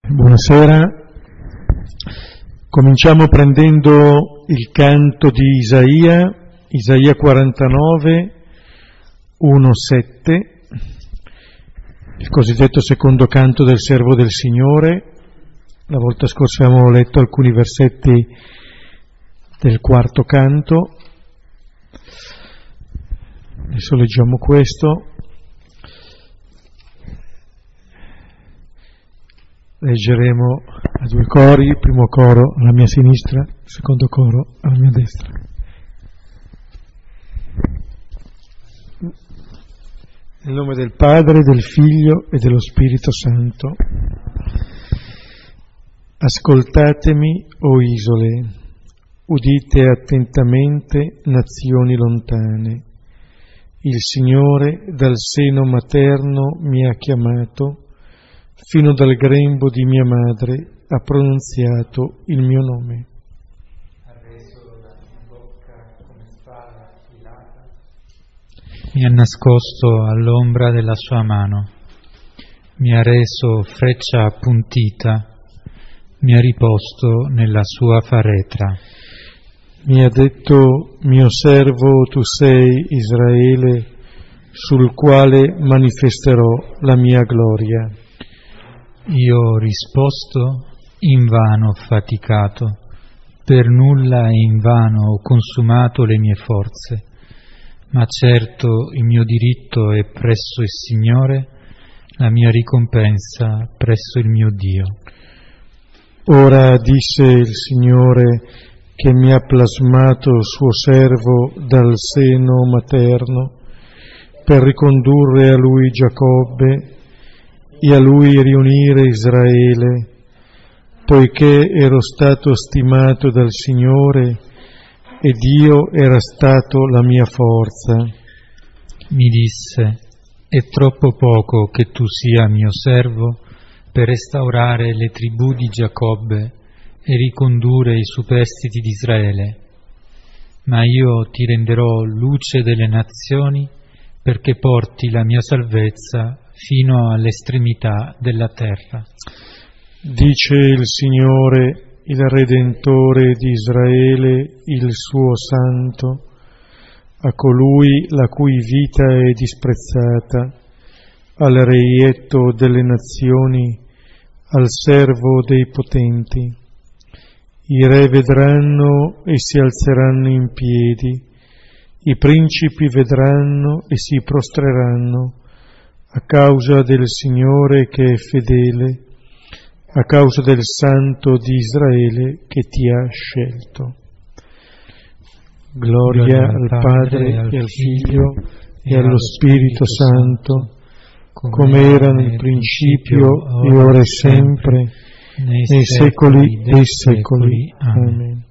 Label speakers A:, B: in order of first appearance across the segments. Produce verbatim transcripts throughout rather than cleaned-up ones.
A: Buonasera. Cominciamo prendendo il canto di Isaia, Isaia quarantanove, uno sette, il cosiddetto secondo canto del servo del Signore. La volta scorsa abbiamo letto alcuni versetti del quarto canto. Adesso leggiamo questo. Leggeremo a due cori, il primo coro alla mia sinistra, il secondo coro alla mia destra. Nel nome del Padre, del Figlio e dello Spirito Santo. Ascoltatemi, o isole, udite attentamente, nazioni lontane. Il Signore dal seno materno mi ha chiamato, fino dal grembo di mia madre ha pronunziato il mio nome.
B: Ha reso la mia bocca come spada affilata. Mi ha nascosto all'ombra della sua mano. Mi ha reso freccia appuntita. Mi ha riposto nella sua faretra.
A: Mi ha detto: mio servo tu sei, Israele, sul quale manifesterò la mia gloria.
B: Io ho risposto: invano ho faticato, per nulla e invano ho consumato le mie forze, ma certo il mio diritto è presso il Signore, la mia ricompensa presso il mio Dio.
A: Ora disse il Signore che mi ha plasmato il suo servo dal seno materno per ricondurre a lui Giacobbe e a lui riunire Israele, poiché ero stato stimato dal Signore ed io era stato la mia forza.
B: Mi disse: è troppo poco che tu sia mio servo per restaurare le tribù di Giacobbe e ricondurre i superstiti di Israele. Ma io ti renderò luce delle nazioni perché porti la mia salvezza fino all'estremità della terra.
A: Dice il Signore, il Redentore di Israele, il suo Santo, a colui la cui vita è disprezzata, al reietto delle nazioni, al servo dei potenti. I re vedranno e si alzeranno in piedi, i principi vedranno e si prostreranno, a causa del Signore che è fedele, a causa del Santo di Israele che ti ha scelto. Gloria, Gloria al Padre, Padre e al Figlio e allo Spirito Santo, come era nel principio e ora e sempre, nei, nei secoli dei secoli. Amen.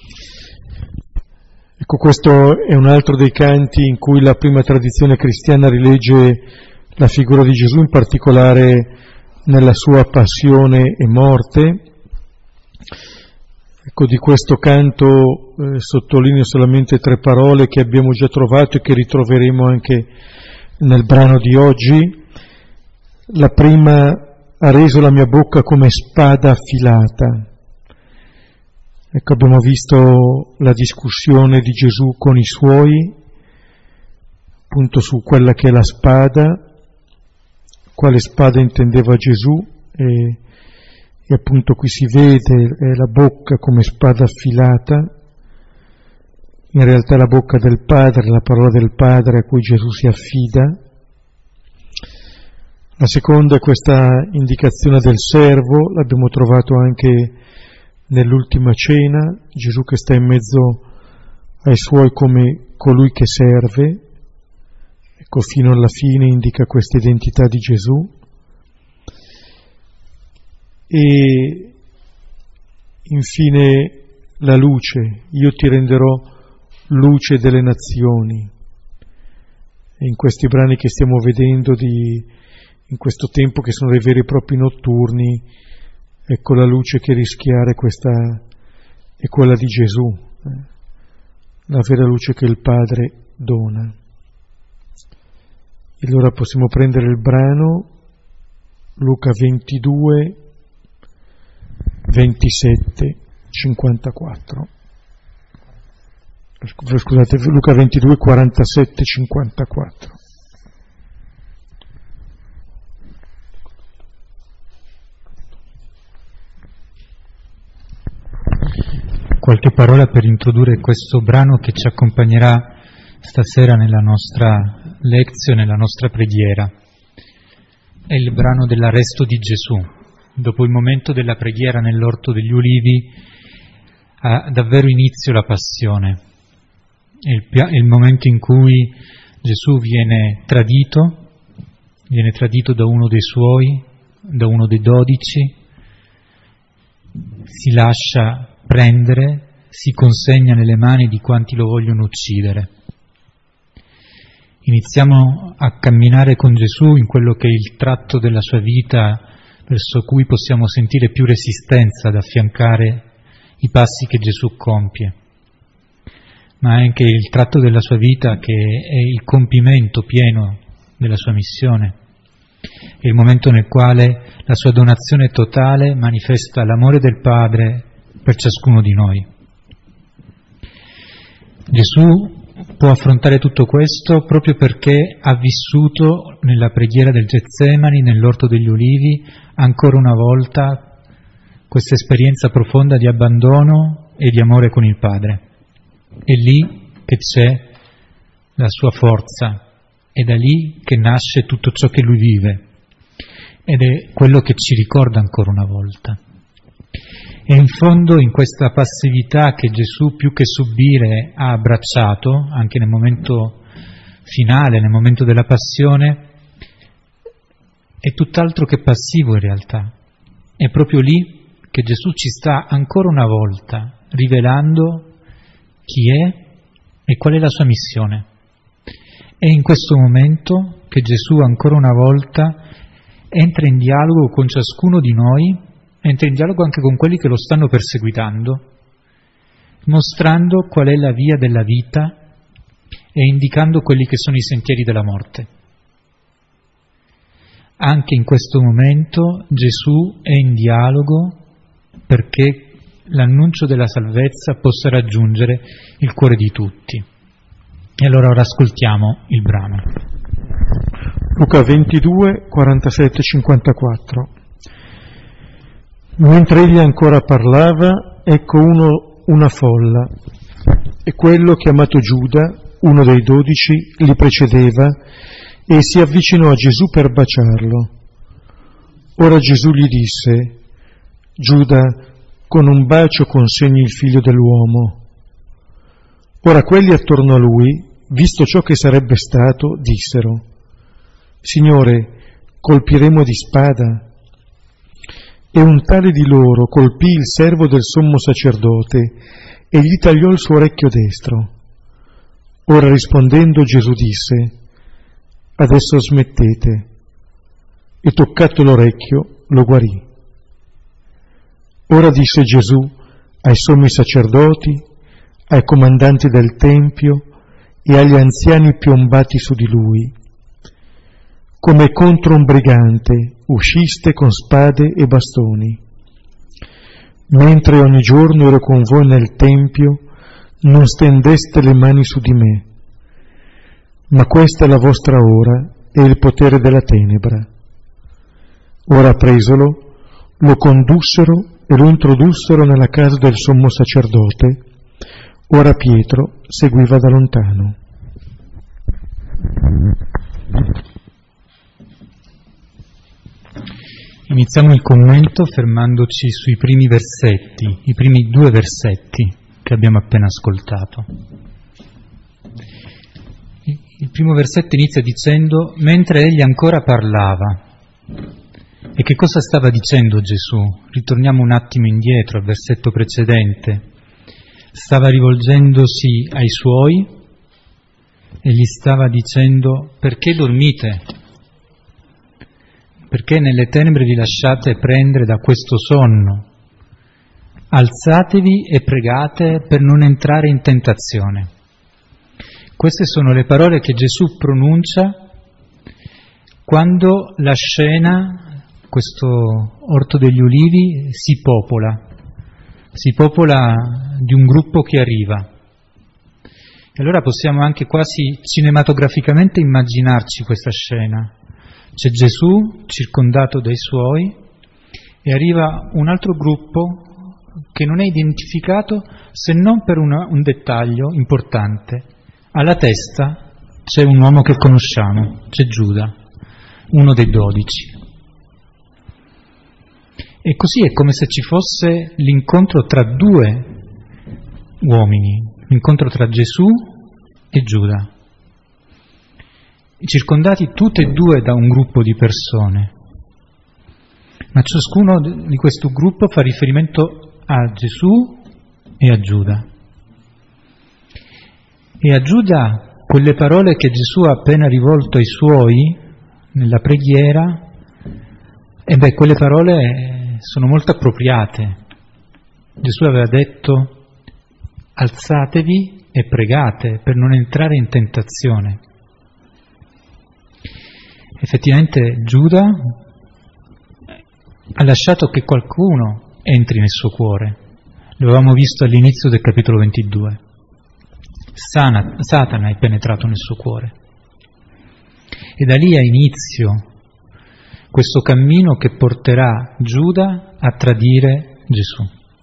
A: Ecco, questo è un altro dei canti in cui la prima tradizione cristiana rilegge la figura di Gesù, in particolare nella sua passione e morte. Ecco, di questo canto eh, sottolineo solamente tre parole che abbiamo già trovato e che ritroveremo anche nel brano di oggi. La prima: ha reso la mia bocca come spada affilata. Ecco, abbiamo visto la discussione di Gesù con i suoi, appunto su quella che è la spada, quale spada intendeva Gesù, e, e appunto qui si vede è la bocca come spada affilata. In realtà è la bocca del Padre, la parola del Padre a cui Gesù si affida. La seconda è questa indicazione del servo, l'abbiamo trovato anche nell'ultima cena, Gesù che sta in mezzo ai suoi come colui che serve. Ecco, fino alla fine indica questa identità di Gesù. E infine la luce: io ti renderò luce delle nazioni. E in questi brani che stiamo vedendo di in questo tempo, che sono dei veri e propri notturni, ecco la luce che rischiare questa è quella di Gesù, eh? La vera luce che il Padre dona. E allora possiamo prendere il brano Luca ventidue, ventisette cinquantaquattro. Scusate, Luca ventidue quarantasette cinquantaquattro.
B: Qualche parola per introdurre questo brano che ci accompagnerà stasera nella nostra lezione, nella nostra preghiera. È il brano dell'arresto di Gesù. Dopo il momento della preghiera nell'Orto degli Ulivi ha davvero inizio la passione. È il, è il momento in cui Gesù viene tradito, viene tradito da uno dei suoi, da uno dei dodici, si lascia prendere, si consegna nelle mani di quanti lo vogliono uccidere. Iniziamo a camminare con Gesù in quello che è il tratto della sua vita verso cui possiamo sentire più resistenza ad affiancare i passi che Gesù compie, ma anche il tratto della sua vita che è il compimento pieno della sua missione. È il momento nel quale la sua donazione totale manifesta l'amore del Padre per ciascuno di noi. Gesù può affrontare tutto questo proprio perché ha vissuto nella preghiera del Getsemani, nell'Orto degli Ulivi, ancora una volta questa esperienza profonda di abbandono e di amore con il Padre. È lì che c'è la sua forza, è da lì che nasce tutto ciò che lui vive, ed è quello che ci ricorda ancora una volta. E in fondo in questa passività che Gesù più che subire ha abbracciato, anche nel momento finale, nel momento della passione, è tutt'altro che passivo in realtà. È proprio lì che Gesù ci sta ancora una volta rivelando chi è e qual è la sua missione. È in questo momento che Gesù ancora una volta entra in dialogo con ciascuno di noi, entra in dialogo anche con quelli che lo stanno perseguitando, mostrando qual è la via della vita e indicando quelli che sono i sentieri della morte. Anche in questo momento Gesù è in dialogo perché l'annuncio della salvezza possa raggiungere il cuore di tutti. E allora ora ascoltiamo il brano.
A: Luca ventidue quarantasette cinquantaquattro. Mentre egli ancora parlava, ecco uno, una folla, e quello chiamato Giuda, uno dei dodici, li precedeva e si avvicinò a Gesù per baciarlo. Ora Gesù gli disse: Giuda, con un bacio consegni il figlio dell'uomo. Ora quelli attorno a lui, visto ciò che sarebbe stato, dissero: Signore, colpiremo di spada? E un tale di loro colpì il servo del sommo sacerdote e gli tagliò il suo orecchio destro. Ora rispondendo Gesù disse: Adesso smettete. E toccato l'orecchio lo guarì. Ora disse Gesù ai sommi sacerdoti, ai comandanti del Tempio e agli anziani piombati su di lui: come contro un brigante usciste con spade e bastoni. Mentre ogni giorno ero con voi nel Tempio, non stendeste le mani su di me. Ma questa è la vostra ora e il potere della tenebra. Ora presolo, lo condussero e lo introdussero nella casa del sommo sacerdote. Ora Pietro seguiva da lontano.
B: Iniziamo il commento fermandoci sui primi versetti, i primi due versetti che abbiamo appena ascoltato. Il primo versetto inizia dicendo: mentre egli ancora parlava. E che cosa stava dicendo Gesù? Ritorniamo un attimo indietro al versetto precedente. Stava rivolgendosi ai suoi e gli stava dicendo: perché dormite? Perché nelle tenebre vi lasciate prendere da questo sonno? Alzatevi e pregate per non entrare in tentazione. Queste sono le parole che Gesù pronuncia quando la scena questo Orto degli Ulivi si popola, si popola di un gruppo che arriva. E allora possiamo anche quasi cinematograficamente immaginarci questa scena. C'è Gesù circondato dai suoi e arriva un altro gruppo che non è identificato se non per una, un dettaglio importante. Alla testa c'è un uomo che conosciamo, c'è Giuda, uno dei dodici. E così è come se ci fosse l'incontro tra due uomini, l'incontro tra Gesù e Giuda, circondati tutti e due da un gruppo di persone, ma ciascuno di questo gruppo fa riferimento a Gesù e a Giuda. E a Giuda quelle parole che Gesù ha appena rivolto ai suoi nella preghiera, e beh, quelle parole sono molto appropriate. Gesù aveva detto: alzatevi e pregate per non entrare in tentazione. Effettivamente Giuda ha lasciato che qualcuno entri nel suo cuore. Lo avevamo visto all'inizio del capitolo ventidue. Sana, Satana è penetrato nel suo cuore. E da lì ha inizio questo cammino che porterà Giuda a tradire Gesù.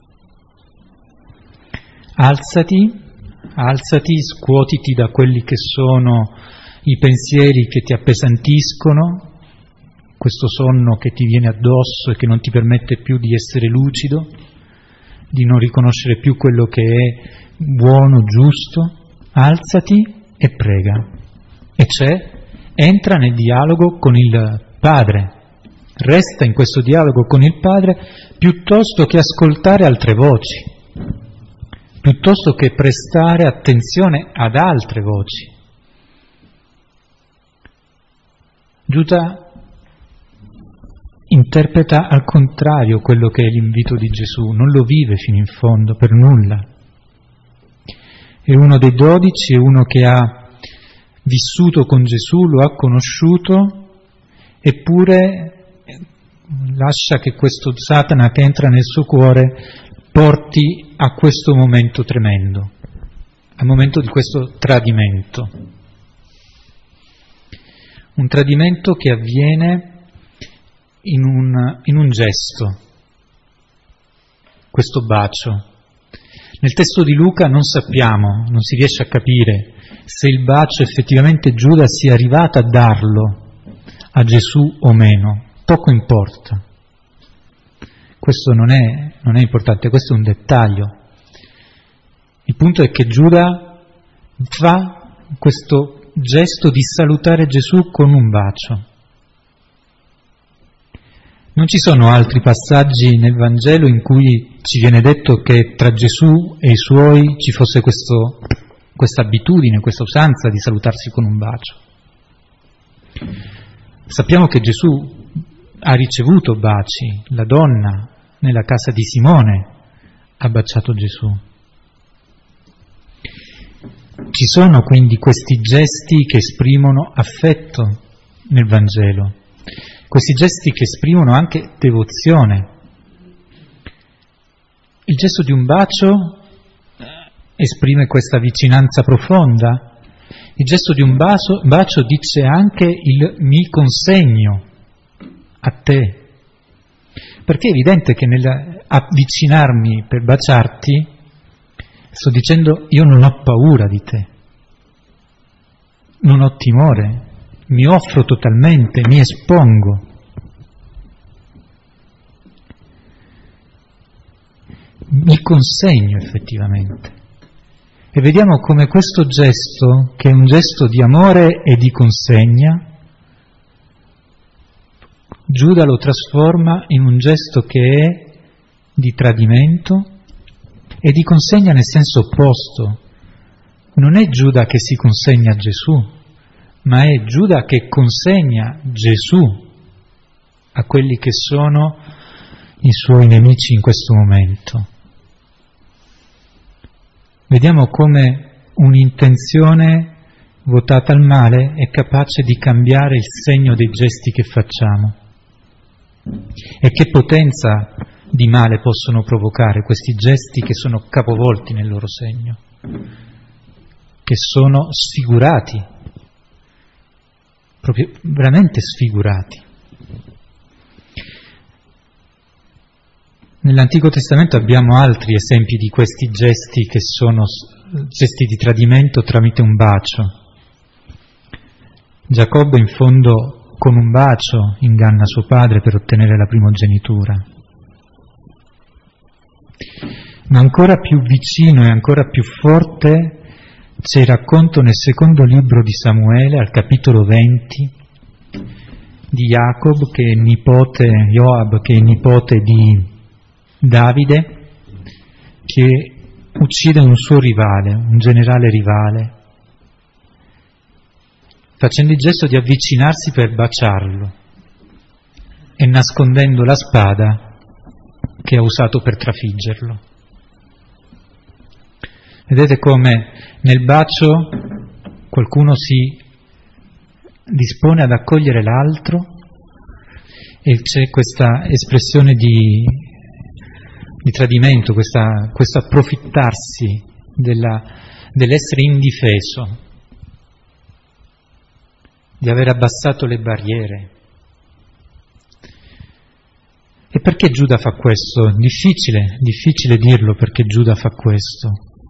B: Alzati, alzati, scuotiti da quelli che sono i pensieri che ti appesantiscono, questo sonno che ti viene addosso e che non ti permette più di essere lucido, di non riconoscere più quello che è buono, giusto. Alzati e prega. E c'è, entra nel dialogo con il Padre, resta in questo dialogo con il Padre piuttosto che ascoltare altre voci, piuttosto che prestare attenzione ad altre voci. Giuda interpreta al contrario quello che è l'invito di Gesù, non lo vive fino in fondo, per nulla. È uno dei dodici, è uno che ha vissuto con Gesù, lo ha conosciuto, eppure lascia che questo Satana che entra nel suo cuore porti a questo momento tremendo, al momento di questo tradimento. Un tradimento che avviene in un, in un gesto, questo bacio. Nel testo di Luca non sappiamo, non si riesce a capire se il bacio effettivamente Giuda sia arrivato a darlo a Gesù o meno, poco importa. Questo non è, non è importante, questo è un dettaglio. Il punto è che Giuda fa questo gesto di salutare Gesù con un bacio. Non ci sono altri passaggi nel Vangelo in cui ci viene detto che tra Gesù e i suoi ci fosse questo, questa abitudine, questa usanza di salutarsi con un bacio. Sappiamo che Gesù ha ricevuto baci, la donna nella casa di Simone ha baciato Gesù. Ci sono quindi questi gesti che esprimono affetto nel Vangelo. Questi gesti che esprimono anche devozione. Il gesto di un bacio esprime questa vicinanza profonda. Il gesto di un bacio, bacio dice anche il mi consegno a te. Perché è evidente che nell'avvicinarmi per baciarti sto dicendo io non ho paura di te, non ho timore, mi offro totalmente, mi espongo. Mi consegno effettivamente. E vediamo come questo gesto, che è un gesto di amore e di consegna, Giuda lo trasforma in un gesto che è di tradimento e di consegna nel senso opposto. Non è Giuda che si consegna a Gesù, ma è Giuda che consegna Gesù a quelli che sono i suoi nemici in questo momento. Vediamo come un'intenzione votata al male è capace di cambiare il segno dei gesti che facciamo. E che potenza di male possono provocare questi gesti che sono capovolti nel loro segno, che sono sfigurati, proprio veramente sfigurati. Nell'Antico Testamento abbiamo altri esempi di questi gesti che sono gesti di tradimento tramite un bacio. Giacobbe in fondo con un bacio inganna suo padre per ottenere la primogenitura. Ma ancora più vicino e ancora più forte c'è il racconto nel secondo libro di Samuele, al capitolo venti, di Jacob, che è nipote, Joab, che è nipote di Davide, che uccide un suo rivale, un generale rivale, facendo il gesto di avvicinarsi per baciarlo e nascondendo la spada che ha usato per trafiggerlo. Vedete come nel bacio qualcuno si dispone ad accogliere l'altro e c'è questa espressione di, di tradimento, questa, questo approfittarsi della, dell'essere indifeso, di aver abbassato le barriere. E perché Giuda fa questo? Difficile, difficile dirlo perché Giuda fa questo.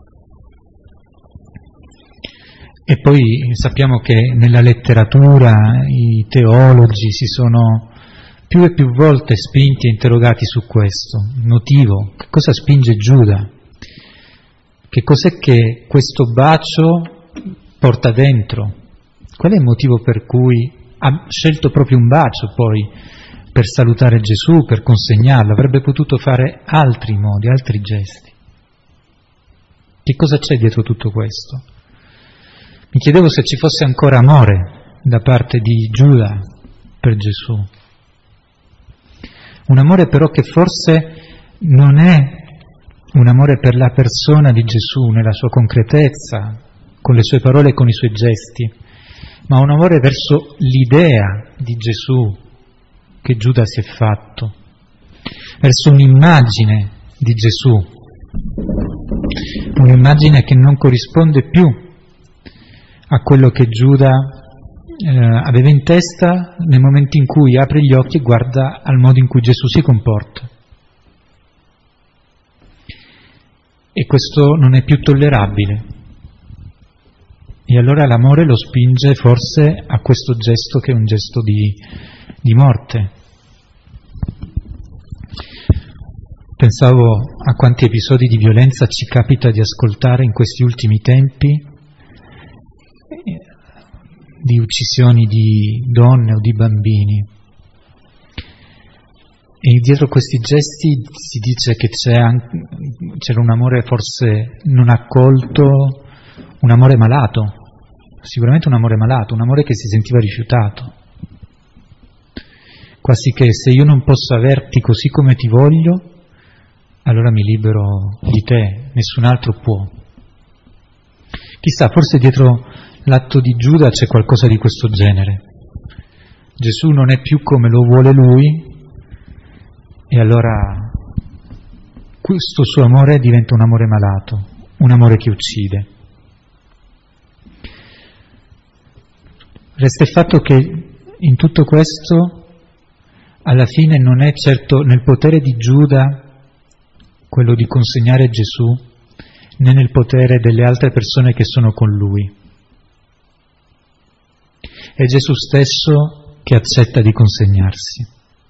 B: E poi sappiamo che nella letteratura i teologi si sono più e più volte spinti e interrogati su questo motivo. Che cosa spinge Giuda? Che cos'è che questo bacio porta dentro? Qual è il motivo per cui ha scelto proprio un bacio poi per salutare Gesù, per consegnarlo? Avrebbe potuto fare altri modi, altri gesti. Che cosa c'è dietro tutto questo? Mi chiedevo se ci fosse ancora amore da parte di Giuda per Gesù. Un amore però che forse non è un amore per la persona di Gesù nella sua concretezza, con le sue parole e con i suoi gesti, ma un amore verso l'idea di Gesù che Giuda si è fatto, verso un'immagine di Gesù, un'immagine che non corrisponde più a quello che Giuda eh, aveva in testa nel momento in cui apre gli occhi e guarda al modo in cui Gesù si comporta. E questo non è più tollerabile. E allora l'amore lo spinge forse a questo gesto che è un gesto di, di morte. Pensavo a quanti episodi di violenza ci capita di ascoltare in questi ultimi tempi, di uccisioni di donne o di bambini. E dietro questi gesti si dice che c'è anche, c'era un amore forse non accolto, un amore malato, sicuramente un amore malato, un amore che si sentiva rifiutato. Quasi che se io non posso averti così come ti voglio, allora mi libero di te, nessun altro può. Chissà, forse dietro l'atto di Giuda c'è qualcosa di questo genere. Gesù non è più come lo vuole lui, e allora questo suo amore diventa un amore malato, un amore che uccide. Resta il fatto che in tutto questo, alla fine non è certo nel potere di Giuda quello di consegnare Gesù, né nel potere delle altre persone che sono con lui. È Gesù stesso che accetta di consegnarsi.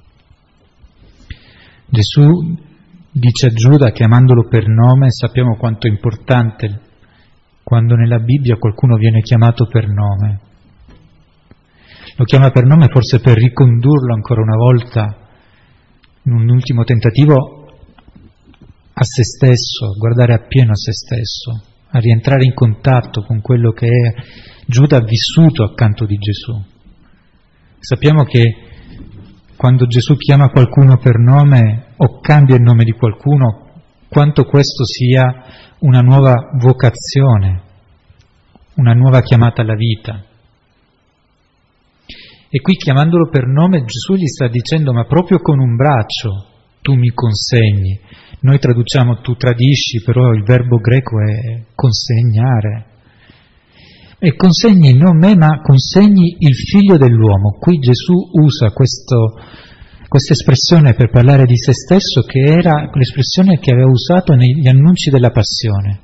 B: Gesù dice a Giuda, chiamandolo per nome, sappiamo quanto è importante quando nella Bibbia qualcuno viene chiamato per nome. Lo chiama per nome forse per ricondurlo ancora una volta, in un ultimo tentativo, a se stesso, a guardare appieno a se stesso, a rientrare in contatto con quello che è Giuda vissuto accanto di Gesù. Sappiamo che quando Gesù chiama qualcuno per nome o cambia il nome di qualcuno, quanto questo sia una nuova vocazione, una nuova chiamata alla vita. E qui, chiamandolo per nome, Gesù gli sta dicendo: ma proprio con un braccio tu mi consegni. Noi traduciamo tu tradisci, però il verbo greco è consegnare. E consegni non me, ma consegni il figlio dell'uomo. Qui Gesù usa questo, questa espressione per parlare di se stesso, che era l'espressione che aveva usato negli annunci della passione.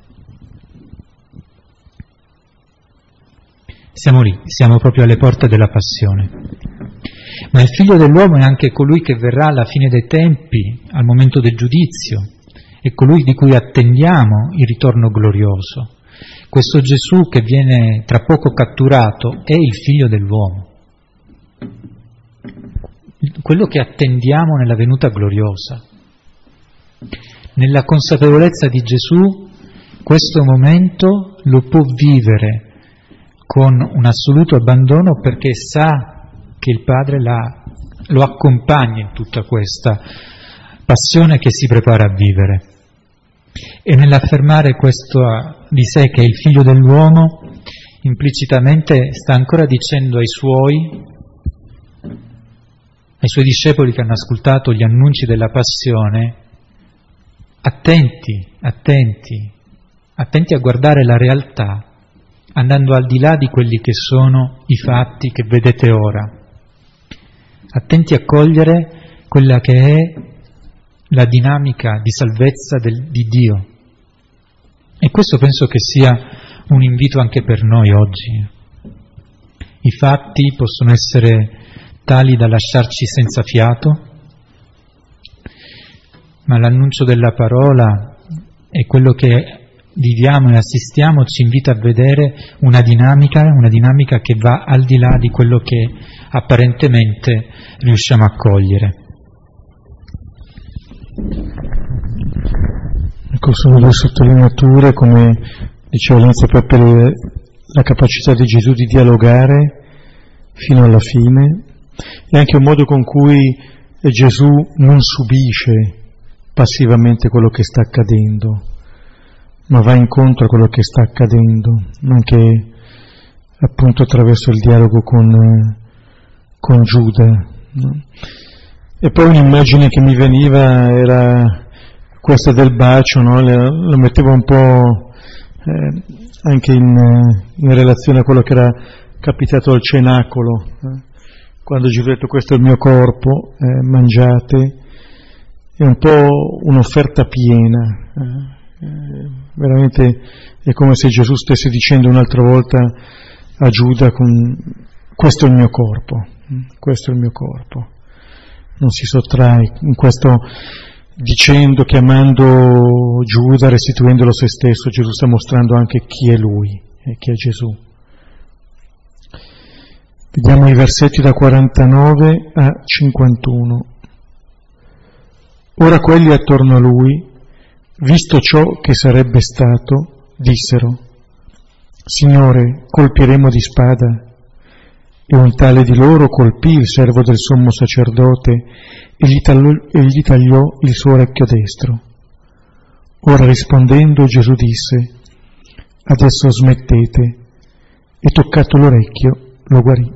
B: Siamo lì, siamo proprio alle porte della passione. Ma il figlio dell'uomo è anche colui che verrà alla fine dei tempi, al momento del giudizio, è colui di cui attendiamo il ritorno glorioso. Questo Gesù che viene tra poco catturato è il figlio dell'uomo, quello che attendiamo nella venuta gloriosa. Nella consapevolezza di Gesù questo momento lo può vivere con un assoluto abbandono, perché sa che il Padre la, lo accompagna in tutta questa passione che si prepara a vivere. E nell'affermare questo di sé, che è il figlio dell'uomo, implicitamente sta ancora dicendo ai suoi, ai suoi discepoli che hanno ascoltato gli annunci della passione: attenti, attenti, attenti a guardare la realtà, andando al di là di quelli che sono i fatti che vedete ora. Attenti a cogliere quella che è la dinamica di salvezza del, di Dio. E questo penso che sia un invito anche per noi oggi. I fatti possono essere tali da lasciarci senza fiato, ma l'annuncio della parola e quello che viviamo e assistiamo ci invita a vedere una dinamica, una dinamica che va al di là di quello che apparentemente riusciamo a cogliere.
A: Ecco, sono due sottolineature, come dicevo all'inizio, proprio la capacità di Gesù di dialogare fino alla fine, e anche un modo con cui Gesù non subisce passivamente quello che sta accadendo, ma va incontro a quello che sta accadendo, anche appunto attraverso il dialogo con, con Giuda, no? E poi un'immagine che mi veniva era questa del bacio, no? Lo mettevo un po' eh, anche in, in relazione a quello che era capitato al cenacolo, eh? Quando Gesù ha detto: questo è il mio corpo, eh, mangiate, è un po' un'offerta piena, eh? Eh, veramente è come se Gesù stesse dicendo un'altra volta a Giuda: con, questo è il mio corpo, questo è il mio corpo. Non si sottrae in questo, dicendo, chiamando Giuda, restituendolo a se stesso. Gesù sta mostrando anche chi è lui e chi è Gesù. Vediamo i versetti da quarantanove a cinquantuno. Ora quelli attorno a lui, visto ciò che sarebbe stato, dissero: Signore, colpiremo di spada? E un tale di loro colpì il servo del sommo sacerdote e gli, tagliò, e gli tagliò il suo orecchio destro. Ora rispondendo Gesù disse: adesso smettete, e toccato l'orecchio lo guarì.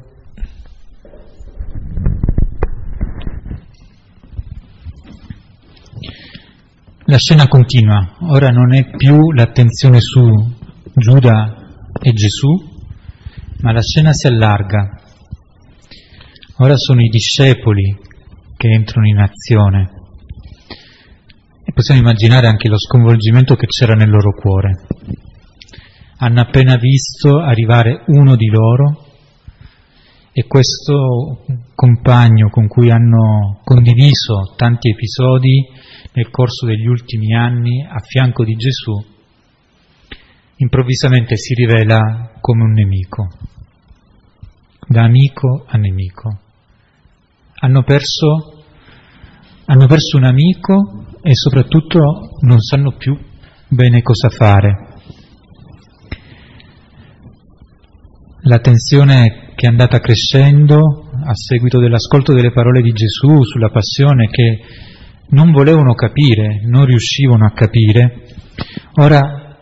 B: La scena continua, ora non è più l'attenzione su Giuda e Gesù, ma la scena si allarga. Ora sono i discepoli che entrano in azione e possiamo immaginare anche lo sconvolgimento che c'era nel loro cuore. Hanno appena visto arrivare uno di loro e questo compagno con cui hanno condiviso tanti episodi nel corso degli ultimi anni a fianco di Gesù, improvvisamente si rivela come un nemico, da amico a nemico. Hanno perso, hanno perso un amico e soprattutto non sanno più bene cosa fare. La tensione che è andata crescendo a seguito dell'ascolto delle parole di Gesù sulla passione, che non volevano capire, non riuscivano a capire, ora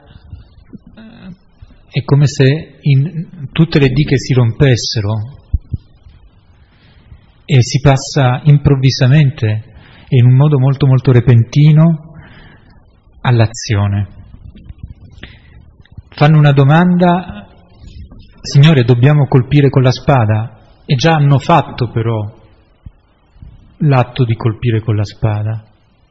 B: è come se in tutte le dighe si rompessero e si passa improvvisamente e in un modo molto molto repentino all'azione. Fanno una domanda: Signore, dobbiamo colpire con la spada? E già hanno fatto però l'atto di colpire con la spada,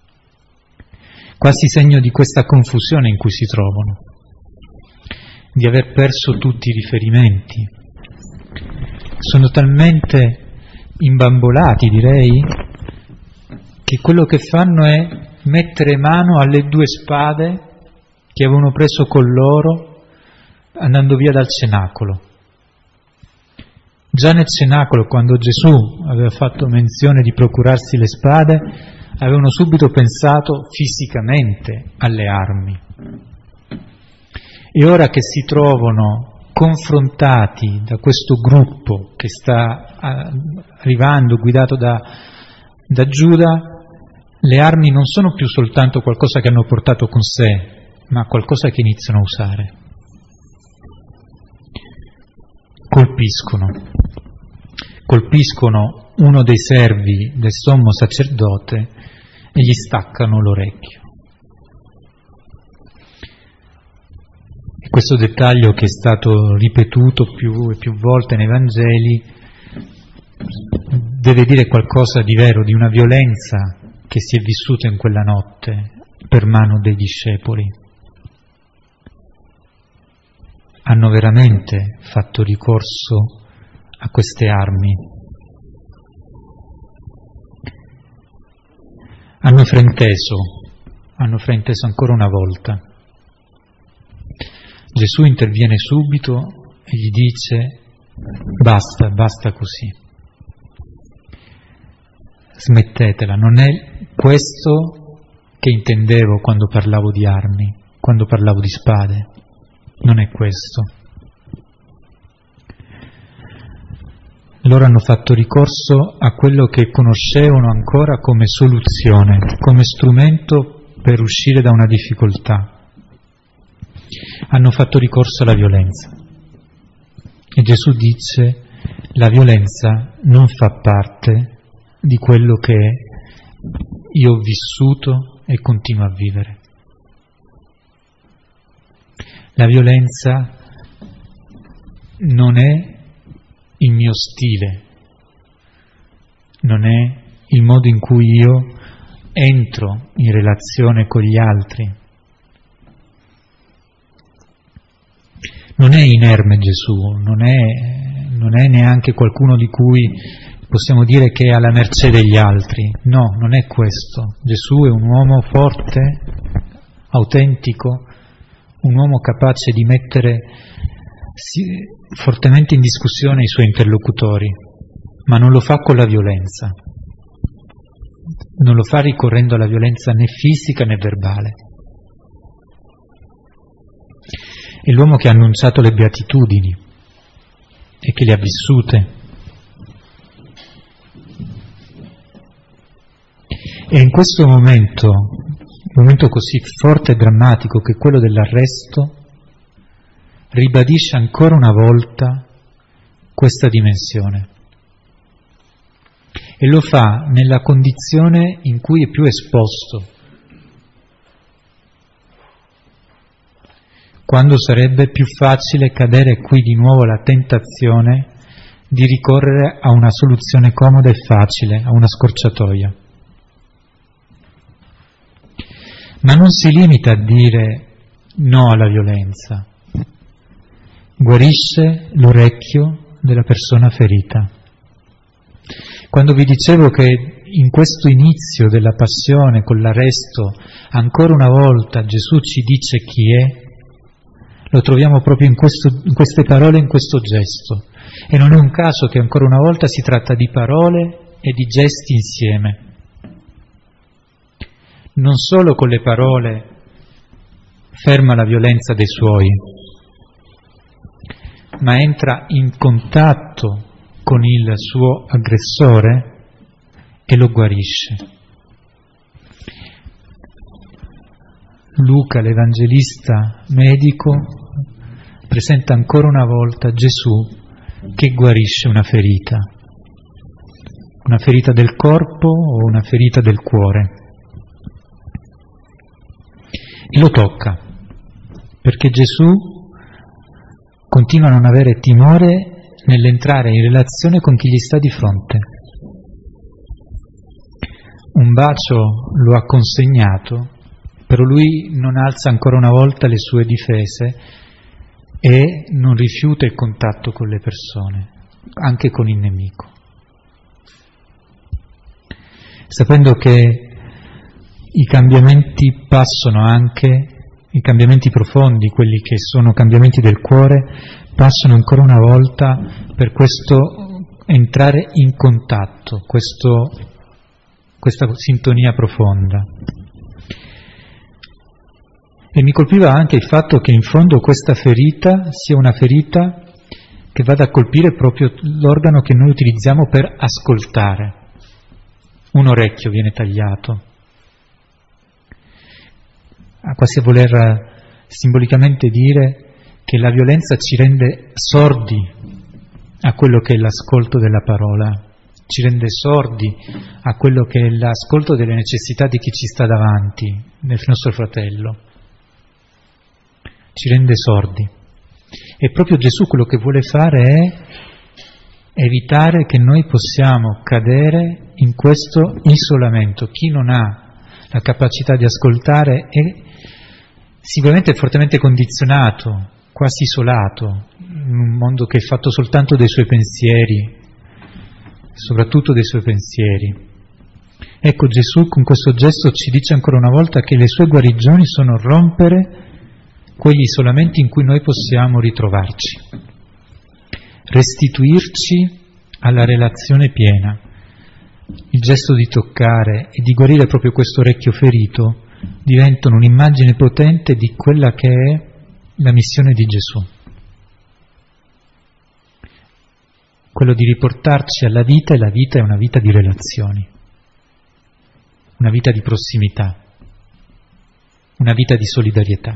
B: quasi segno di questa confusione in cui si trovano, di aver perso tutti i riferimenti. Sono talmente imbambolati, direi, che quello che fanno è mettere mano alle due spade che avevano preso con loro andando via dal cenacolo. Già nel cenacolo, quando Gesù aveva fatto menzione di procurarsi le spade, avevano subito pensato fisicamente alle armi. E ora che si trovano confrontati da questo gruppo che sta arrivando, guidato da, da Giuda, le armi non sono più soltanto qualcosa che hanno portato con sé, ma qualcosa che iniziano a usare. Colpiscono, colpiscono uno dei servi del sommo sacerdote e gli staccano l'orecchio. E questo dettaglio, che è stato ripetuto più e più volte nei Vangeli, deve dire qualcosa di vero, di una violenza che si è vissuta in quella notte per mano dei discepoli. Hanno veramente fatto ricorso a queste armi. Hanno frainteso, hanno frainteso ancora una volta. Gesù interviene subito e gli dice: basta, basta così. Smettetela, non è questo che intendevo quando parlavo di armi, quando parlavo di spade. Non è questo. Loro hanno fatto ricorso a quello che conoscevano ancora come soluzione, come strumento per uscire da una difficoltà. Hanno fatto ricorso alla violenza. E Gesù dice: la violenza non fa parte di quello che io ho vissuto e continuo a vivere. La violenza non è il mio stile, non è il modo in cui io entro in relazione con gli altri. Non è inerme Gesù, non è, non è neanche qualcuno di cui possiamo dire che è alla mercé degli altri. No, non è questo. Gesù è un uomo forte, autentico, un uomo capace di mettere sì, fortemente in discussione i suoi interlocutori, ma non lo fa con la violenza, non lo fa ricorrendo alla violenza né fisica né verbale. È l'uomo che ha annunciato le beatitudini e che le ha vissute. E in questo momento, un momento così forte e drammatico che è quello dell'arresto, ribadisce ancora una volta questa dimensione. E lo fa nella condizione in cui è più esposto, quando sarebbe più facile cadere qui di nuovo alla tentazione di ricorrere a una soluzione comoda e facile, a una scorciatoia. Ma non si limita a dire no alla violenza. Guarisce l'orecchio della persona ferita. Quando vi dicevo che in questo inizio della passione, con l'arresto, ancora una volta Gesù ci dice chi è, lo troviamo proprio in, questo, in queste parole, in questo gesto. E non è un caso che ancora una volta si tratta di parole e di gesti insieme. Non solo con le parole ferma la violenza dei suoi, ma entra in contatto con il suo aggressore e lo guarisce. Luca, l'Evangelista medico, presenta ancora una volta Gesù che guarisce una ferita. una ferita del corpo o una ferita del cuore. E lo tocca, perché Gesù continua a non avere timore nell'entrare in relazione con chi gli sta di fronte. Un bacio lo ha consegnato, però lui non alza ancora una volta le sue difese e non rifiuta il contatto con le persone, anche con il nemico, sapendo che i cambiamenti passano anche, i cambiamenti profondi, quelli che sono cambiamenti del cuore, passano ancora una volta per questo entrare in contatto, questo, questa sintonia profonda. E mi colpiva anche il fatto che in fondo questa ferita sia una ferita che vada a colpire proprio l'organo che noi utilizziamo per ascoltare. Un orecchio viene tagliato, a quasi a voler simbolicamente dire che la violenza ci rende sordi a quello che è l'ascolto della parola, ci rende sordi a quello che è l'ascolto delle necessità di chi ci sta davanti, del nostro fratello. Ci rende sordi. E proprio Gesù quello che vuole fare è evitare che noi possiamo cadere in questo isolamento. Chi non ha la capacità di ascoltare è sicuramente fortemente condizionato, quasi isolato, in un mondo che è fatto soltanto dei suoi pensieri, soprattutto dei suoi pensieri. Ecco, Gesù con questo gesto ci dice ancora una volta che le sue guarigioni sono rompere quegli isolamenti in cui noi possiamo ritrovarci, restituirci alla relazione piena. Il gesto di toccare e di guarire proprio questo orecchio ferito diventano un'immagine potente di quella che è la missione di Gesù. Quello di riportarci alla vita, e la vita è una vita di relazioni, una vita di prossimità, una vita di solidarietà.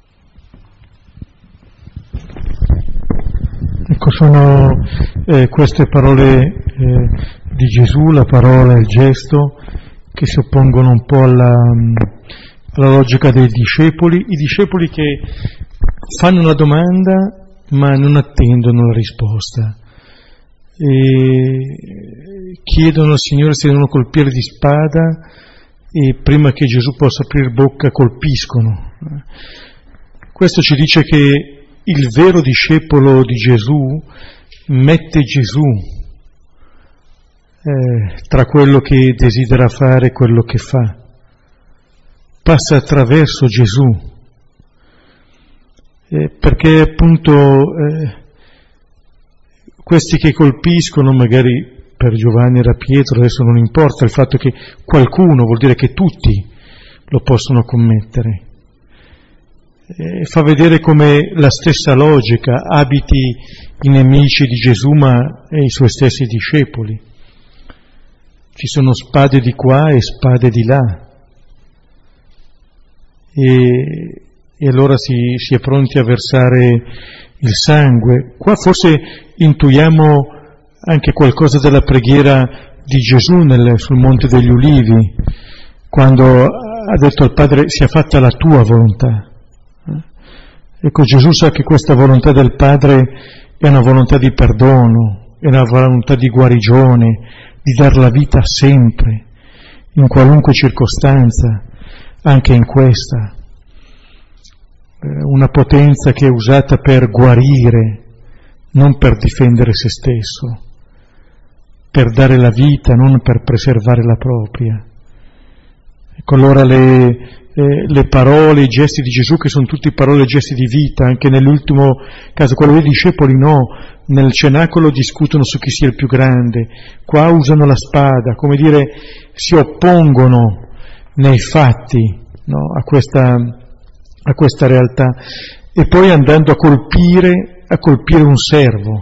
A: Ecco, sono eh, queste parole eh, di Gesù, la parola e il gesto, che si oppongono un po' alla, alla logica dei discepoli, i discepoli che fanno la domanda ma non attendono la risposta, e chiedono al Signore se devono colpire di spada e prima che Gesù possa aprire bocca colpiscono. Questo ci dice che il vero discepolo di Gesù mette Gesù eh, tra quello che desidera fare e quello che fa, passa attraverso Gesù, eh, perché appunto eh, questi che colpiscono, magari per Giovanni era Pietro, adesso non importa, il fatto che qualcuno vuol dire che tutti lo possono commettere. Eh, fa vedere come la stessa logica abiti i nemici di Gesù ma e i suoi stessi discepoli. Ci sono spade di qua e spade di là, e, e allora si, si è pronti a versare il sangue. Qua forse intuiamo anche qualcosa della preghiera di Gesù nel, sul Monte degli Ulivi, quando ha detto al Padre: sia fatta la tua volontà. Ecco, Gesù sa che questa volontà del Padre è una volontà di perdono, è una volontà di guarigione, di dar la vita sempre, in qualunque circostanza, anche in questa. Una potenza che è usata per guarire, non per difendere se stesso, per dare la vita, non per preservare la propria. Ecco allora le, eh, le parole, i gesti di Gesù, che sono tutti parole e gesti di vita, anche nell'ultimo caso, quello dei discepoli no, nel cenacolo discutono su chi sia il più grande, qua usano la spada, come dire, si oppongono nei fatti, no, a questa, a questa realtà, e poi andando a colpire, a colpire un servo.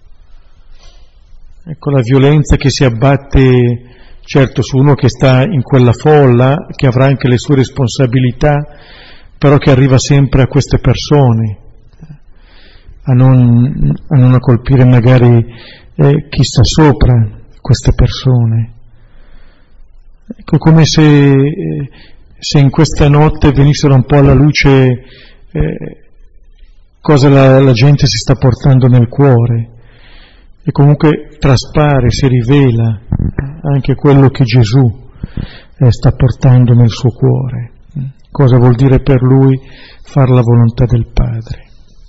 A: Ecco la violenza che si abbatte certo su uno che sta in quella folla, che avrà anche le sue responsabilità, però che arriva sempre a queste persone, a non, a non colpire magari eh, chi sta sopra, queste persone. Ecco, come se, se in questa notte venissero un po' alla luce eh, cosa la, la gente si sta portando nel cuore, e comunque traspare, si rivela anche quello che Gesù eh, sta portando nel suo cuore, cosa vuol dire per lui far la volontà del Padre.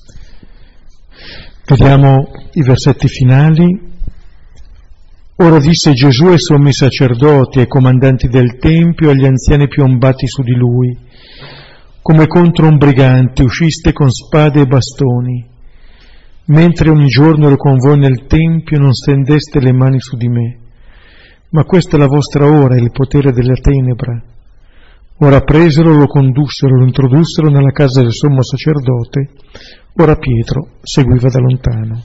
A: Vediamo i versetti finali. Ora disse Gesù ai sommi sacerdoti, ai comandanti del Tempio, agli anziani piombati su di lui: come contro un brigante usciste con spade e bastoni, mentre ogni giorno ero con voi nel Tempio non stendeste le mani su di me. Ma questa è la vostra ora, il potere della tenebra. Ora presero, lo condussero, lo introdussero nella casa del sommo sacerdote. Ora Pietro seguiva da lontano.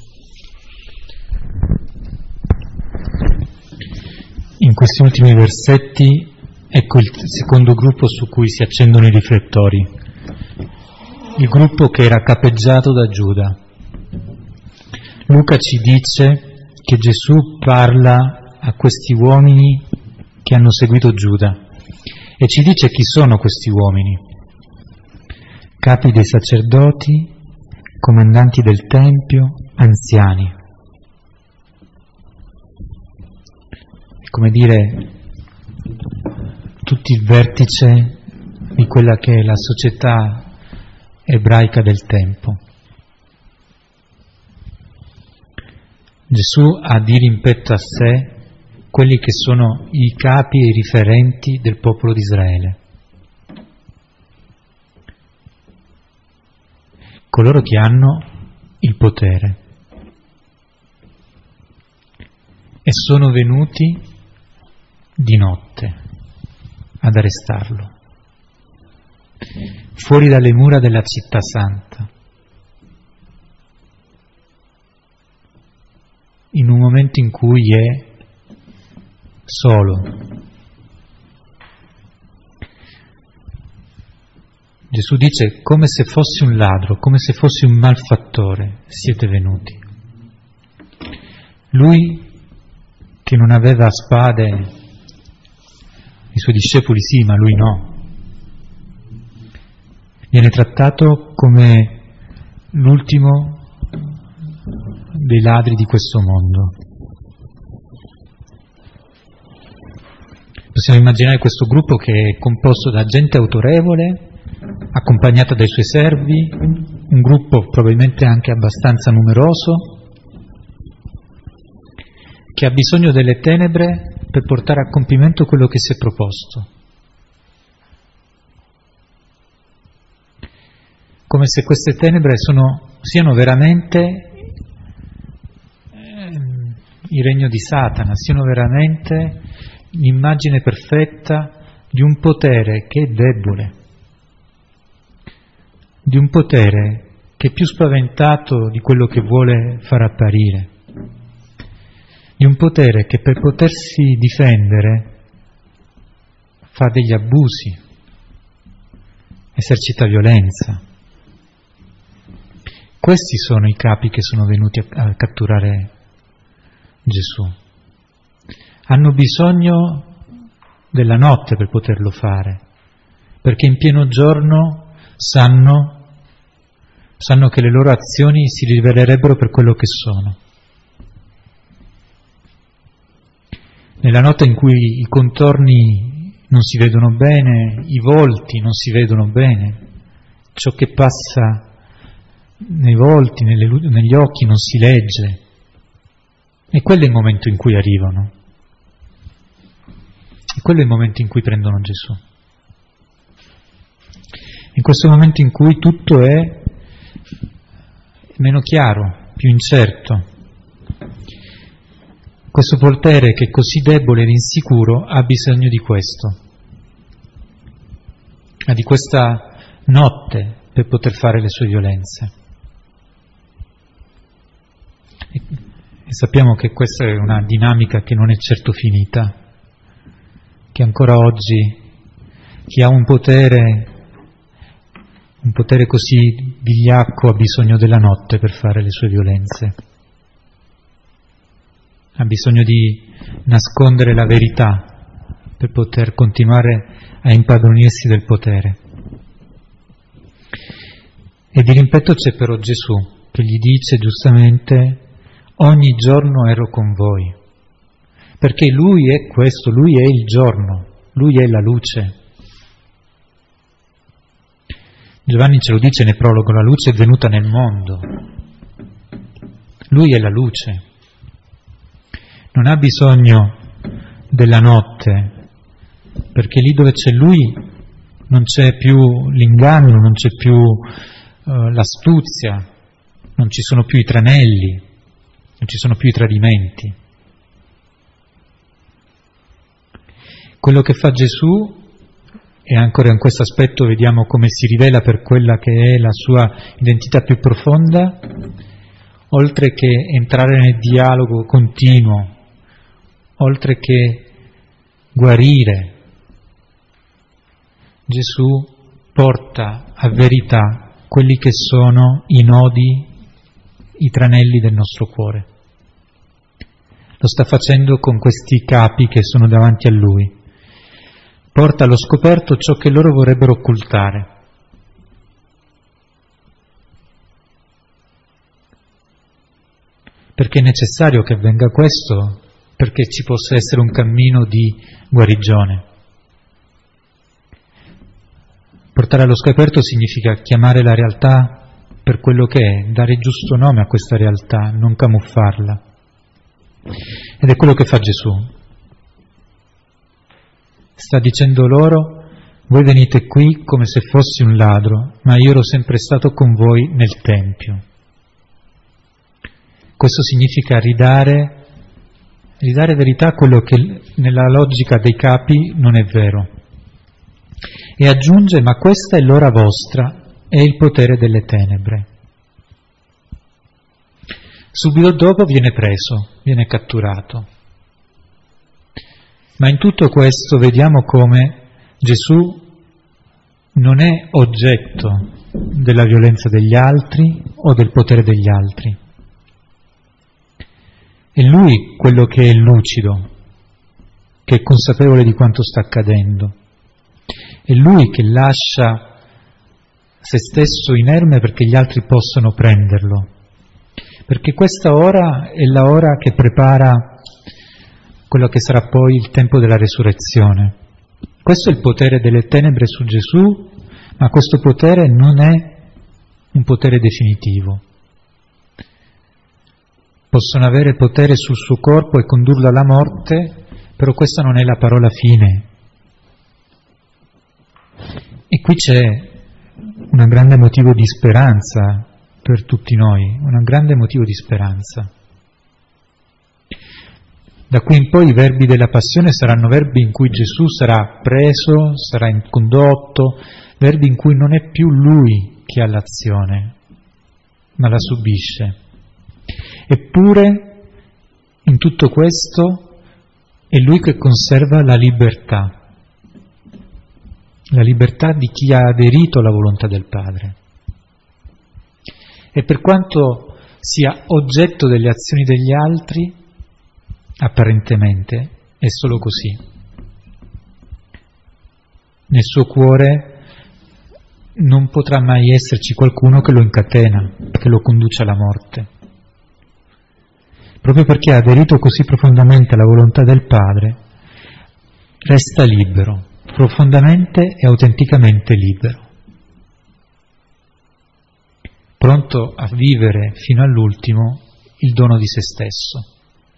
B: In questi ultimi versetti ecco il secondo gruppo su cui si accendono i riflettori, il gruppo che era capeggiato da Giuda. Luca ci dice che Gesù parla a questi uomini che hanno seguito Giuda e ci dice chi sono questi uomini: capi dei sacerdoti, comandanti del Tempio, anziani. Come dire, tutti il vertice di quella che è la società ebraica del tempo. Gesù ha di rimpetto a sé quelli che sono i capi e i riferenti del popolo di Israele, coloro che hanno il potere, e sono venuti di notte ad arrestarlo, fuori dalle mura della città santa, in un momento in cui è solo. Gesù dice: come se fossi un ladro, come se fossi un malfattore, siete venuti. Lui che non aveva spade, i suoi discepoli sì, ma lui no. Viene trattato come l'ultimo dei ladri di questo mondo. Possiamo immaginare questo gruppo che è composto da gente autorevole, accompagnata dai suoi servi, un gruppo probabilmente anche abbastanza numeroso, che ha bisogno delle tenebre per portare a compimento quello che si è proposto. Come se queste tenebre sono, siano veramente eh, il regno di Satana, siano veramente l'immagine perfetta di un potere che è debole, di un potere che è più spaventato di quello che vuole far apparire, di un potere che per potersi difendere fa degli abusi, esercita violenza. Questi sono i capi che sono venuti a, a catturare Gesù. Hanno bisogno della notte per poterlo fare, perché in pieno giorno sanno, sanno che le loro azioni si rivelerebbero per quello che sono. Nella notte in cui i contorni non si vedono bene, i volti non si vedono bene, ciò che passa nei volti, nelle, negli occhi non si legge, e quello è il momento in cui arrivano, e quello è il momento in cui prendono Gesù. In questo momento in cui tutto è meno chiaro, più incerto, questo potere che è così debole ed insicuro ha bisogno di questo, ha di questa notte per poter fare le sue violenze. E, e sappiamo che questa è una dinamica che non è certo finita, che ancora oggi chi ha un potere, un potere così vigliacco ha bisogno della notte per fare le sue violenze. ha bisogno di nascondere la verità per poter continuare a impadronirsi del potere. E di rimpetto c'è però Gesù, che gli dice giustamente: ogni giorno ero con voi, perché Lui è questo, Lui è il giorno, Lui è la luce. Giovanni ce lo dice nel prologo: la luce è venuta nel mondo. Lui è la luce. Non ha bisogno della notte, perché lì dove c'è Lui non c'è più l'inganno, non c'è più uh, l'astuzia, non ci sono più i tranelli, non ci sono più i tradimenti. Quello che fa Gesù, e ancora in questo aspetto vediamo come si rivela per quella che è la sua identità più profonda, oltre che entrare nel dialogo continuo, oltre che guarire, Gesù porta a verità quelli che sono i nodi, i tranelli del nostro cuore. Lo sta facendo con questi capi che sono davanti a Lui. Porta allo scoperto ciò che loro vorrebbero occultare. Perché è necessario che avvenga questo, perché ci possa essere un cammino di guarigione. Portare allo scoperto significa chiamare la realtà per quello che è, dare giusto nome a questa realtà, non camuffarla. Ed è quello che fa Gesù. Sta dicendo loro: voi venite qui come se fossi un ladro, ma io ero sempre stato con voi nel Tempio. Questo significa ridare, ridare verità a quello che nella logica dei capi non è vero. E aggiunge: ma questa è l'ora vostra, è il potere delle tenebre. Subito dopo viene preso, viene catturato. Ma in tutto questo vediamo come Gesù non è oggetto della violenza degli altri o del potere degli altri. È Lui quello che è lucido, che è consapevole di quanto sta accadendo. È Lui che lascia se stesso inerme perché gli altri possano prenderlo. Perché questa ora è la ora che prepara quello che sarà poi il tempo della resurrezione. Questo è il potere delle tenebre su Gesù, ma questo potere non è un potere definitivo. Possono avere potere sul suo corpo e condurlo alla morte, però questa non è la parola fine. E qui c'è un grande motivo di speranza per tutti noi, un grande motivo di speranza. Da qui in poi i verbi della passione saranno verbi in cui Gesù sarà preso, sarà condotto, verbi in cui non è più Lui che ha l'azione, ma la subisce. Eppure, in tutto questo, è Lui che conserva la libertà, la libertà di chi ha aderito alla volontà del Padre. E per quanto sia oggetto delle azioni degli altri, apparentemente è solo così. Nel suo cuore non potrà mai esserci qualcuno che lo incatena, che lo conduce alla morte. Proprio perché ha aderito così profondamente alla volontà del Padre, resta libero, profondamente e autenticamente libero, pronto a vivere fino all'ultimo il dono di se stesso.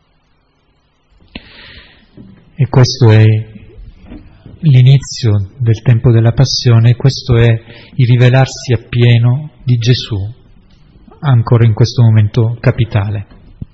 B: E questo è l'inizio del tempo della passione, questo è il rivelarsi appieno di Gesù, ancora in questo momento capitale.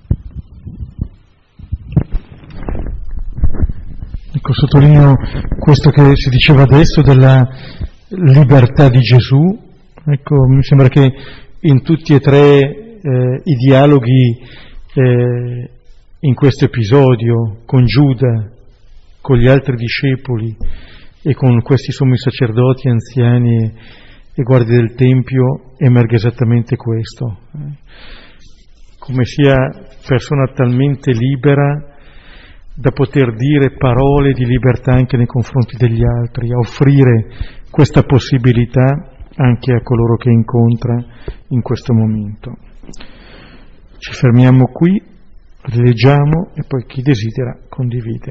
A: Ecco, sottolineo questo che si diceva adesso della libertà di Gesù. Ecco, mi sembra che in tutti e tre eh, i dialoghi eh, in questo episodio, con Giuda, con gli altri discepoli e con questi sommi sacerdoti, anziani e, e guardie del Tempio, emerge esattamente questo. come sia persona talmente libera da poter dire parole di libertà anche nei confronti degli altri, a offrire questa possibilità anche a coloro che incontra in questo momento. Ci fermiamo qui, leggiamo e poi chi desidera condivide.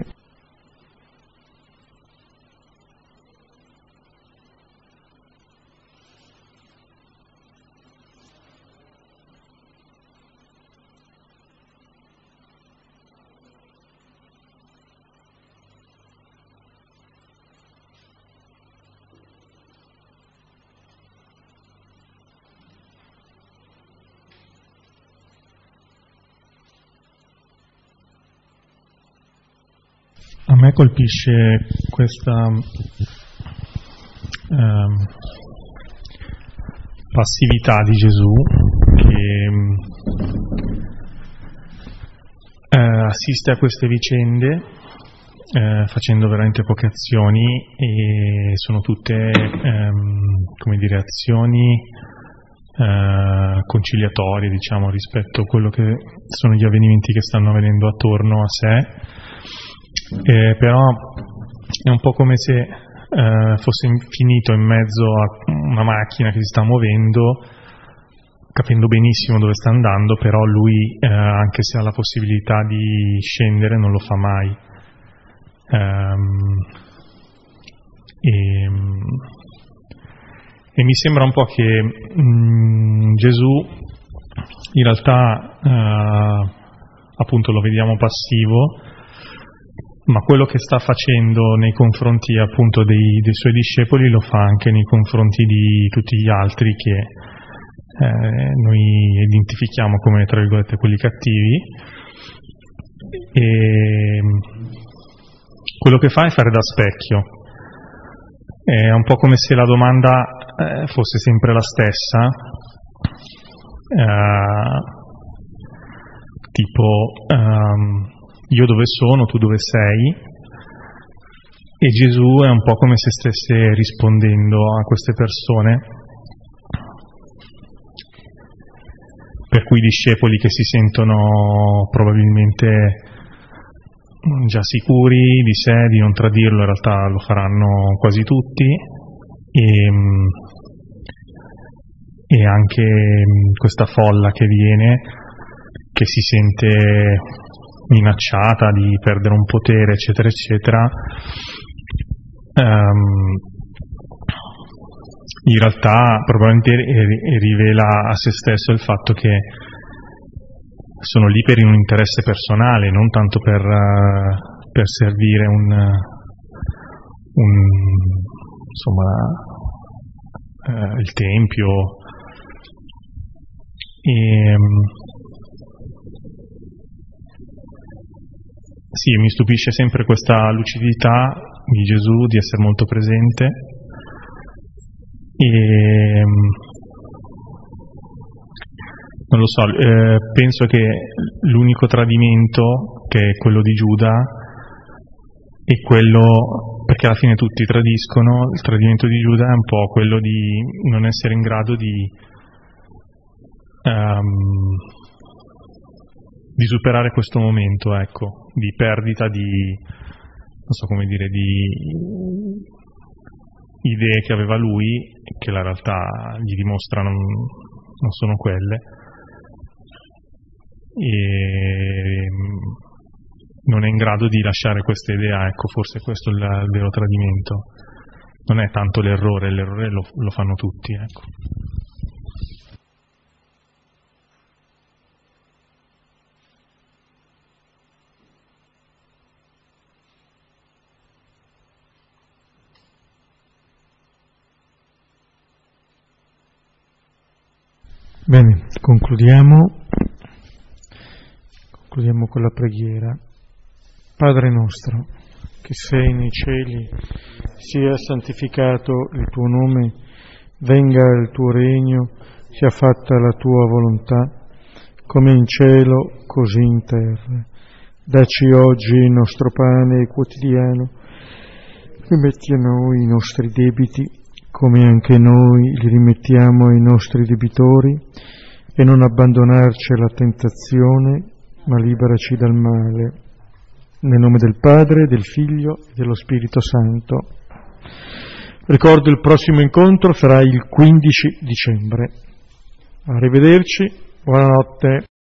C: A me colpisce questa ehm, passività di Gesù che eh, assiste a queste vicende eh, facendo veramente poche azioni, e sono tutte ehm, come dire azioni eh, conciliatorie, diciamo, rispetto a quello che sono gli avvenimenti che stanno avvenendo attorno a sé. Eh, però è un po' come se eh, fosse finito in mezzo a una macchina che si sta muovendo, capendo benissimo dove sta andando, però lui, eh, anche se ha la possibilità di scendere, non lo fa mai. Ehm, e, e mi sembra un po' che mh, Gesù in realtà eh, appunto lo vediamo passivo, ma quello che sta facendo nei confronti appunto dei, dei suoi discepoli lo fa anche nei confronti di tutti gli altri che eh, noi identifichiamo come, tra virgolette, quelli cattivi. E quello che fa è fare da specchio. È un po' come se la domanda eh, fosse sempre la stessa, eh, tipo um, io dove sono, tu dove sei? E Gesù è un po' come se stesse rispondendo a queste persone, per cui i discepoli che si sentono probabilmente già sicuri di sé, di non tradirlo, in realtà lo faranno quasi tutti, e, e anche questa folla che viene, che si sente minacciata di perdere un potere, eccetera eccetera, um, in realtà probabilmente rivela a se stesso il fatto che sono lì per un interesse personale, non tanto per, uh, per servire un, un insomma uh, il tempio. E, um, Sì, mi stupisce sempre questa lucidità di Gesù, di essere molto presente, e non lo so, eh, penso che l'unico tradimento, che è quello di Giuda, è quello, perché alla fine tutti tradiscono, il tradimento di Giuda è un po' quello di non essere in grado di um, di superare questo momento, ecco, di perdita di, non so come dire, di idee che aveva lui, che la realtà gli dimostrano non sono quelle, e non è in grado di lasciare questa idea, ecco, forse questo è il, il vero tradimento. Non è tanto l'errore, l'errore lo, lo fanno tutti, ecco.
A: Bene, concludiamo, concludiamo con la preghiera. Padre nostro, che sei nei cieli, sia santificato il tuo nome, venga il tuo regno, sia fatta la tua volontà, come in cielo, così in terra. Dacci oggi il nostro pane quotidiano, rimetti a noi i nostri debiti, come anche noi li rimettiamo ai nostri debitori, e non abbandonarci alla tentazione, ma liberaci dal male. Nel nome del Padre, del Figlio e dello Spirito Santo. Ricordo il prossimo incontro sarà il quindici dicembre. Arrivederci, buonanotte.